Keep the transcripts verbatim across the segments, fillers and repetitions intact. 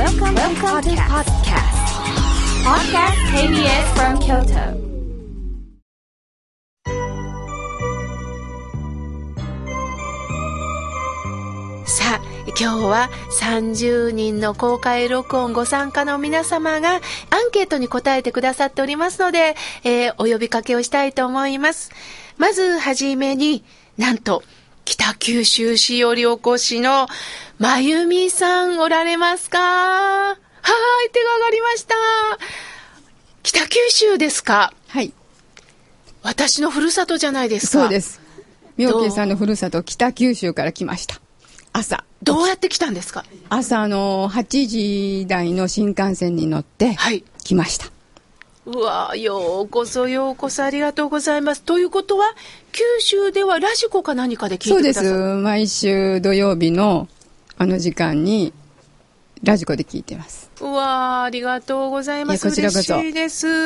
Welcome, Welcome to podcast. Podcast ケービーエス from Kyoto. さあ、今日はさんじゅうにんの公開録音ご参加の皆様がアンケートに答えてくださっておりますので、えー、お呼びかけをしたいと思います。まずはじめに、なんと北九州市よりお越しのまゆみさんおられますか？はい、手が上がりました。北九州ですか？ はい。 私のふるさとじゃないですか。 そうです。妙慶さんのふるさと北九州から来ました。朝。 どうやって来たんですか？ 朝のはちじ台の新幹線に乗って来ました。はい、 うわ、ようこそようこそありがとうございます。ということは九州ではラジコか何かで聞いてくださる？ そうです。毎週土曜日のあの時間にラジコで聞いてます。 うわ、ありがとうございます。 こちらこそ嬉しいです。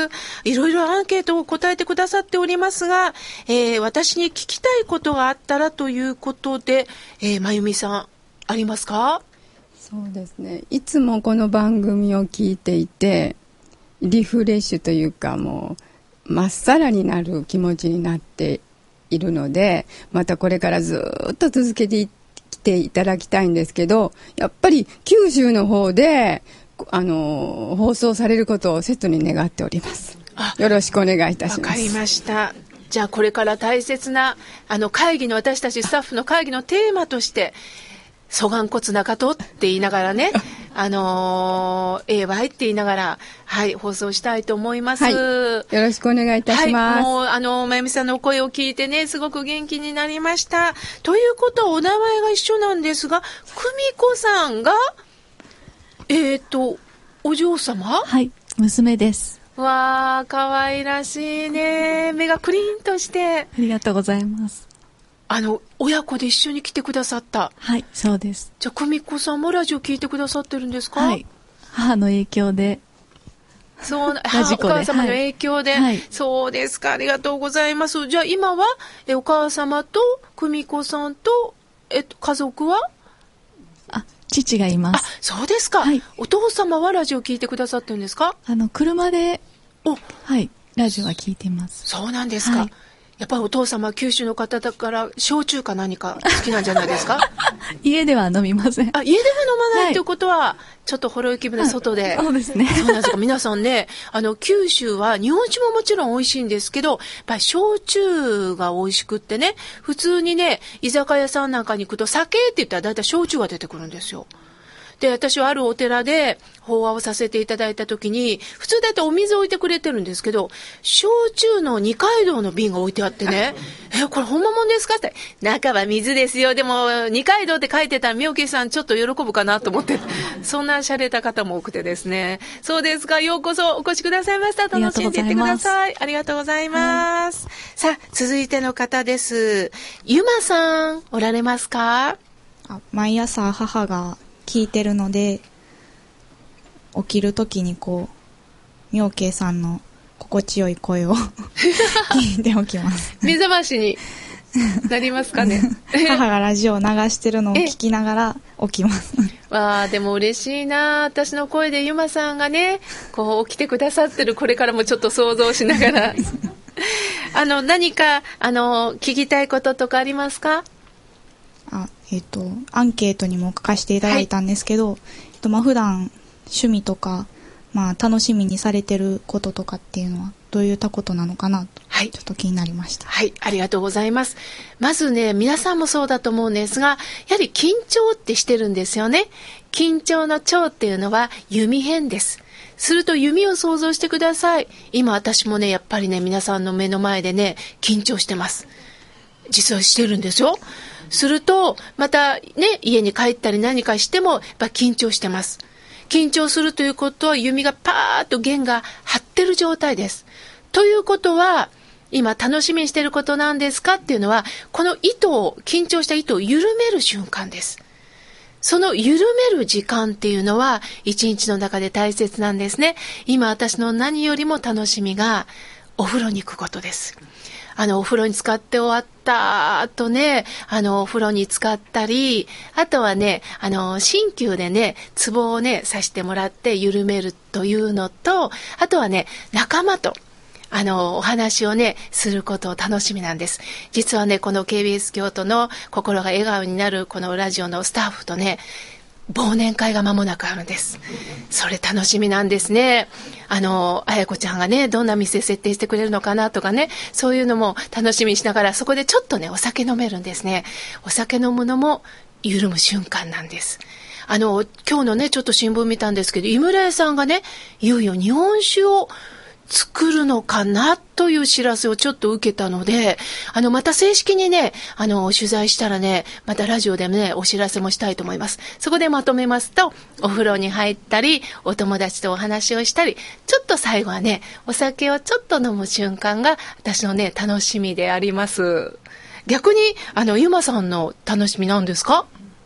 いろいろアンケートを答えてくださっておりますが、えー、私に聞きたいことがあったらということで、えー、まゆみさんありますか？ そうですね。いつもこの番組を聞いていてリフレッシュというか、もうまっさらになる気持ちになっているので、またこれからずっと続けてきていただきたいんですけど、やっぱり九州の方であの放送されることを切に願っております。よろしくお願いいたします。 わかりました。じゃあこれから大切なあの会議の、私たちスタッフの会議のテーマとして蘇我骨中とって言いながらね、あのー、エーワイ って言いながら、はい、放送したいと思います。 はい、よろしくお願いいたします。 はい、もう、あの、まゆみさんのお声を聞いてね、すごく元気になりました。ということは、お名前が一緒なんですが、久美子さんが、えっと、お嬢様？ はい、娘です。 わー、かわいらしいね。目がクリーンとして。 ありがとうございます。 あの、親子で一緒に来てくださった。 はい、そうです。 じゃあ、久美子さんもラジオ聞いてくださってるんですか？ はい。母の影響で。 そうな、ラジコでお母様の影響で、 はい。 そうですか。ありがとうございます。じゃあ、今は、え、お母様と、久美子さんと、えっと、家族は？ あ、父がいます。 あ、そうですか。はい。お父様はラジオ聞いてくださってるんですか？ あの、車で、 お、 はい、ラジオは聞いています。 そうなんですか。はい、やっぱりお父様は九州の方だから焼酎か何か好きなんじゃないですか？ 家では飲みません。 あ、家では飲まないということは、はい、ちょっとほろ酔い気分で外で、 はい、そうですね。 そうなんですか。皆さんね、あの九州は日本酒ももちろん美味しいんですけど、やっぱり焼酎が美味しくってね、普通にね、居酒屋さんなんかに行くと酒って言ったらだいたい焼酎が出てくるんですよ。で、私はあるお寺で法話をさせていただいたときに、普通だいたいお水置いてくれてるんですけど、焼酎の二階堂の瓶が置いてあってね、え、これほんまもんですかって、中は水ですよ。でも二階堂って書いてたら妙慶さんちょっと喜ぶかなと思って、そんな洒落た方も多くてですね。そうですか、ようこそお越しくださいました。楽しんでいってください。ありがとうございます。はい、さあ、続いての方です。ゆまさん、おられますか？ あ、毎朝母が聞いてるので、起きるときにこう妙慶さんの心地よい声を聞いておきます。 目覚ましになりますかね。 母がラジオを流してるのを聞きながら起きます。 わあ、でも嬉しいな。私の声でゆまさんがね、こう起きてくださってる、これからもちょっと想像しながらあの何かあの聞きたいこととかありますか？ あ、えっと、アンケートにも書かせていただいたんですけど、はい、えっと、まあ、普段趣味とか、まあ、楽しみにされてることとかっていうのはどういったことなのかなと、はい、ちょっと気になりました。 はい、ありがとうございます。まずね、皆さんもそうだと思うんですが、やはり緊張ってしてるんですよね。緊張の張っていうのは弓編です。すると弓を想像してください。今私もね、やっぱりね、皆さんの目の前でね、緊張してます。実はしてるんですよ。すると、またね、家に帰ったり何かしても、やっぱ緊張してます。緊張するということは、弓がパーッと弦が張ってる状態です。ということは、今楽しみにしていることなんですかっていうのは、この糸を、緊張した糸を緩める瞬間です。その緩める時間っていうのは、一日の中で大切なんですね。今私の何よりも楽しみが、お風呂に行くことです。 あの、お風呂に浸かって終わった後ね、あの、お風呂に浸かったり、あとはね、あの、鍼灸でね、ツボをね、刺してもらって緩めるというのと、あとはね、仲間と、あの、お話をね、することを楽しみなんです。実はね、この ケービーエス 京都の心が笑顔になるこのラジオのスタッフとね、忘年会が間もなくあるんです。それ楽しみなんですね。あの、あやこちゃんがね、どんな店設定してくれるのかなとかね、そういうのも楽しみにしながら、そこでちょっとね、お酒飲めるんですね。お酒飲むのも緩む瞬間なんです。あの、今日のね、ちょっと新聞見たんですけど、井村屋さんがね、いよいよ日本酒を作るのかなという知らせをちょっと受けたので、あの、また正式にね、あの、取材したらね、またラジオでね、お知らせもしたいと思います。そこでまとめますと、お風呂に入ったり、お友達とお話をしたり、ちょっと最後はね、お酒をちょっと飲む瞬間が、私のね、楽しみであります。逆に、あの、ゆまさんの楽しみなんですか？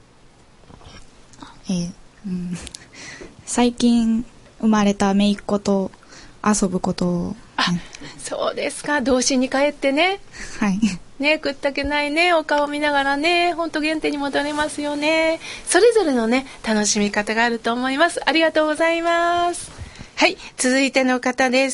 えーうん、最近生まれた姪っ子と遊ぶことを、 あ、 ね、 そうですか。童心に帰ってね。 はい。 ね、くったけないね、お顔見ながらね、ほんと原点に戻れますよね。それぞれのね、楽しみ方があると思います。ありがとうございます。はい、続いての方です。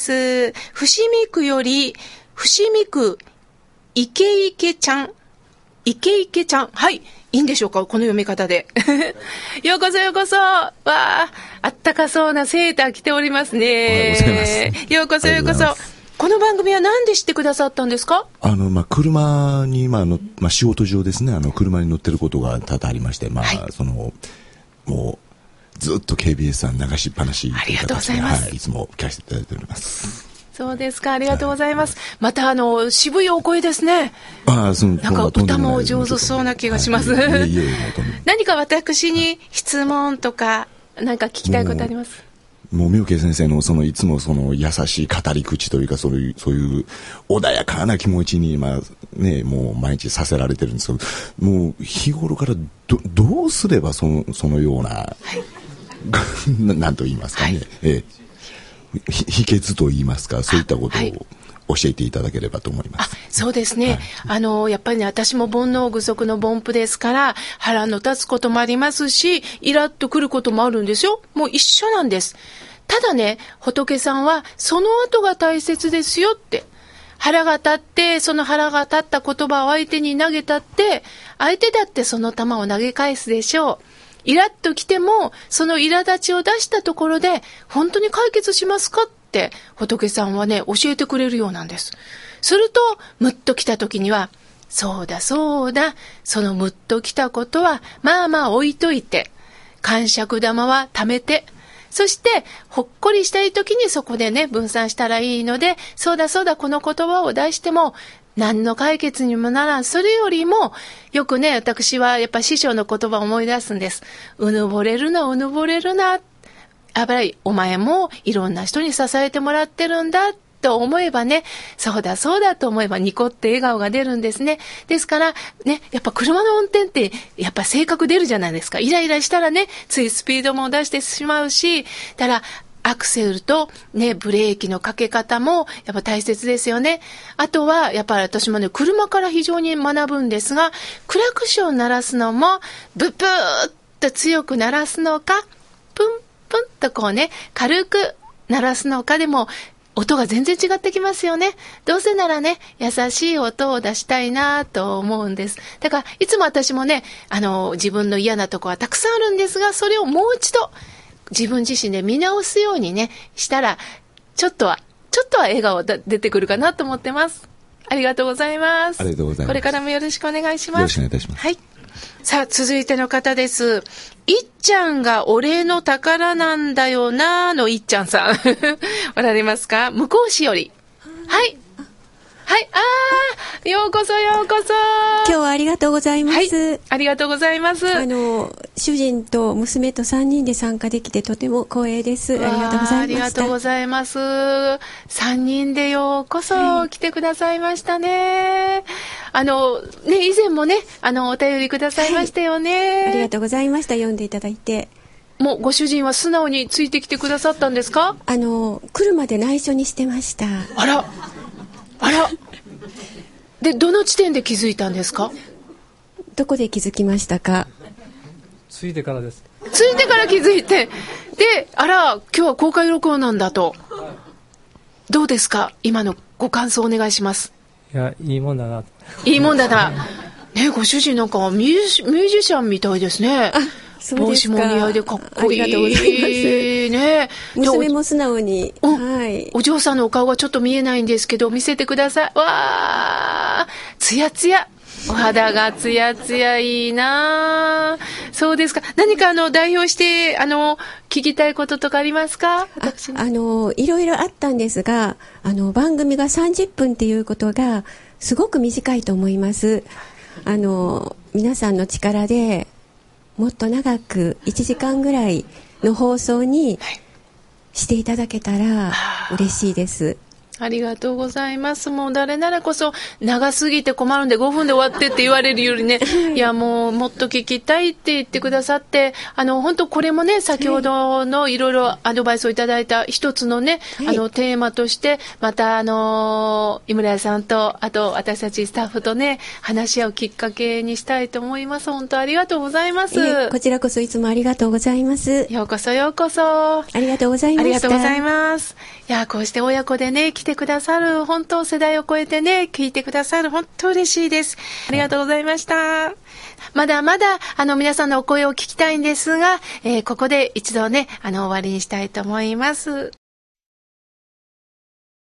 伏見区より、伏見区、イケイケちゃん。イケイケちゃん。はい。いいんでしょうかこの読み方で。ようこそようこそ。わあ、あったかそうなセーター着ておりますね。 おはようございます。 ようこそようこそ。この番組は何で知ってくださったんですか？ あの、まあ、車に、まあ、の、まあ、仕事上ですね、あの、車に乗ってることが多々ありまして、まあ、はい、その、もう、ずっと ケービーエス さん流しっぱなしという形で、はい、いつも聞かせていただいております。 そうですか、ありがとうございます。はい、また、あの、渋いお声ですね。 ああ、その、 なんか歌もお上手そうな気がします。はい、いえいえ何か私に質問とか、なんか聞きたいことあります？ もう妙慶先生のそのいつもその優しい語り口というかそういうそういう穏やかな気持ちにまあねもう毎日させられてるんですけど、もう日頃からどどうすればそのそのような、はい、ななんと言いますかね、はい、ええ、秘訣と言いますかそういったことを、はい、教えていただければと思います。 あ、そうですね。はい、あの、やっぱりね、私も煩悩具足の凡夫ですから、腹の立つこともありますし、イラッとくることもあるんですよ。もう一緒なんです。ただね、仏さんは、その後が大切ですよって。腹が立って、その腹が立った言葉を相手に投げたって、相手だってその球を投げ返すでしょう。イラッときても、その苛立ちを出したところで、本当に解決しますかって仏さんはね教えてくれるようなんです。するとムッときた時にはそうだそうだ、そのムッときたことはまあまあ置いといて、癇癪玉は溜めて、そしてほっこりしたい時にそこでね分散したらいいので、そうだそうだこの言葉を出しても何の解決にもならん。それよりもよくね私はやっぱ師匠の言葉を思い出すんです。うぬぼれるなうぬぼれるな、あばらい、お前もいろんな人に支えてもらってるんだと思えばね、そうだそうだと思えばニコって笑顔が出るんですね。ですからね、やっぱ車の運転ってやっぱ性格出るじゃないですか。イライラしたらね、ついスピードも出してしまうし、だからアクセルとね、ブレーキのかけ方もやっぱ大切ですよね。あとはやっぱり私もね、車から非常に学ぶんですが、クラクション鳴らすのもブッブーっと強く鳴らすのか、プンプンとこうね、軽く鳴らすのかでも音が全然違ってきますよね。どうせならね、優しい音を出したいなと思うんです。だからいつも私もね、あの自分の嫌なとこはたくさんあるんですが、それをもう一度自分自身で見直すようにねしたら、ちょっとはちょっとは笑顔が出てくるかなと思ってます。ありがとうございます。 ありがとうございます。 これからもよろしくお願いします。 よろしくお願いいたします。 はい。さあ続いての方です。いっちゃんが俺の宝なんだよなのいっちゃんさんおられますか？向こう市より。はいはい、あー、ようこそようこそ。 今日はありがとうございます。 はい、ありがとうございます。 あの主人と娘とさんにんで参加できてとても光栄です。ありがとうございました。 ありがとうございます。さんにんでようこそ来てくださいましたね。はい、あのね、以前もね、あのお便りくださいましたよね。はい、 ありがとうございました。読んでいただいて。 もうご主人は素直についてきてくださったんですか？ あの来るまで内緒にしてました。 あらあらで、どの地点で気づいたんですか？ どこで気づきましたか？ ついてからです。 ついてから気づいて、で、あら、今日は公開録音なんだと。どうですか？今のご感想お願いします。 いや、いいもんだな。 いいもんだな。ね、ご主人なんかミュージ、ミュージシャンみたいですね。帽子も似合いでかっこいい。 ありがとうございます。 ね、 娘も素直に。 お、 はい。 お嬢さんのお顔がちょっと見えないんですけど、見せてください。わー、つやつや。お肌がつやつやいいな。そうですか。何かあの代表してあの聞きたいこととかありますか？ あ、あのいろいろあったんですが、あの番組がさんじゅっぷんっていうことがすごく短いと思います。あの皆さんの力でもっと長くいちじかんぐらいの放送にしていただけたら嬉しいです。 ありがとうございます。もう誰ならこそ長すぎて困るんでごふんで終わってって言われるよりね、いやもうもっと聞きたいって言ってくださって、あの本当これもね、先ほどのいろいろアドバイスをいただいた一つのね、はい、あのテーマとして、またあの井村屋さんとあと私たちスタッフとね、話し合うきっかけにしたいと思います。本当ありがとうございます。 えこちらこそいつもありがとうございます。 ようこそようこそ。ありがとうございました。 ありがとうございます。いやこうして親子でね来てくださる、本当世代を超えてね聞いてくださる、本当嬉しいです。ありがとうございました。まだまだあの皆さんのお声を聞きたいんですが、えー、ここで一度ねあの終わりにしたいと思います。